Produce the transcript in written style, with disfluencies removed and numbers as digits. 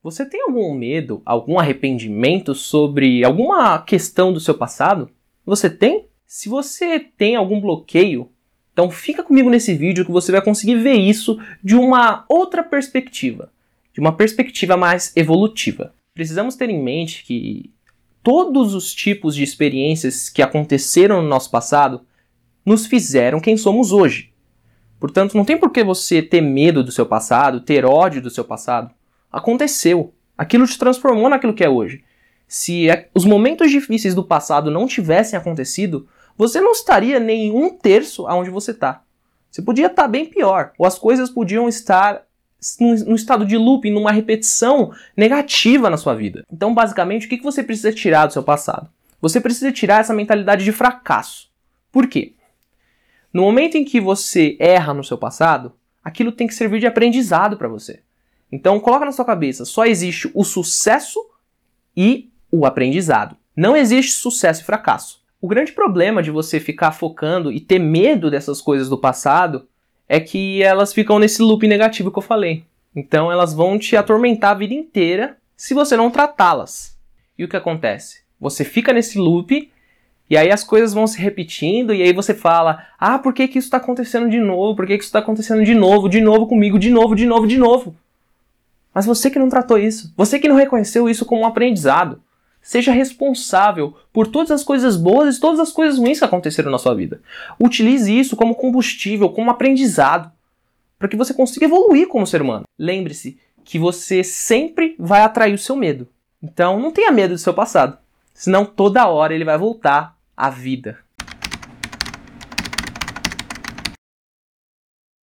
Você tem algum medo, algum arrependimento sobre alguma questão do seu passado? Você tem? Se você tem algum bloqueio, então fica comigo nesse vídeo que você vai conseguir ver isso de uma outra perspectiva, de uma perspectiva mais evolutiva. Precisamos ter em mente que todos os tipos de experiências que aconteceram no nosso passado nos fizeram quem somos hoje. Portanto, não tem por que você ter medo do seu passado, ter ódio do seu passado. Aconteceu. Aquilo te transformou naquilo que é hoje. Se os momentos difíceis do passado não tivessem acontecido, você não estaria nem um terço aonde você está. Você podia estar bem pior. Ou as coisas podiam estar num estado de looping, numa repetição negativa na sua vida. Então, basicamente, o que você precisa tirar do seu passado? Você precisa tirar essa mentalidade de fracasso. Por quê? No momento em que você erra no seu passado, aquilo tem que servir de aprendizado para você. Então, coloca na sua cabeça, só existe o sucesso e o aprendizado. Não existe sucesso e fracasso. O grande problema de você ficar focando e ter medo dessas coisas do passado é que elas ficam nesse loop negativo que eu falei. Então, elas vão te atormentar a vida inteira se você não tratá-las. E o que acontece? Você fica nesse loop e aí as coisas vão se repetindo e aí você fala, por que isso está acontecendo de novo? Por que isso está acontecendo de novo comigo, de novo? Mas você que não tratou isso, você que não reconheceu isso como um aprendizado. Seja responsável por todas as coisas boas e todas as coisas ruins que aconteceram na sua vida. Utilize isso como combustível, como aprendizado, para que você consiga evoluir como ser humano. Lembre-se que você sempre vai atrair o seu medo. Então não tenha medo do seu passado, senão toda hora ele vai voltar à vida.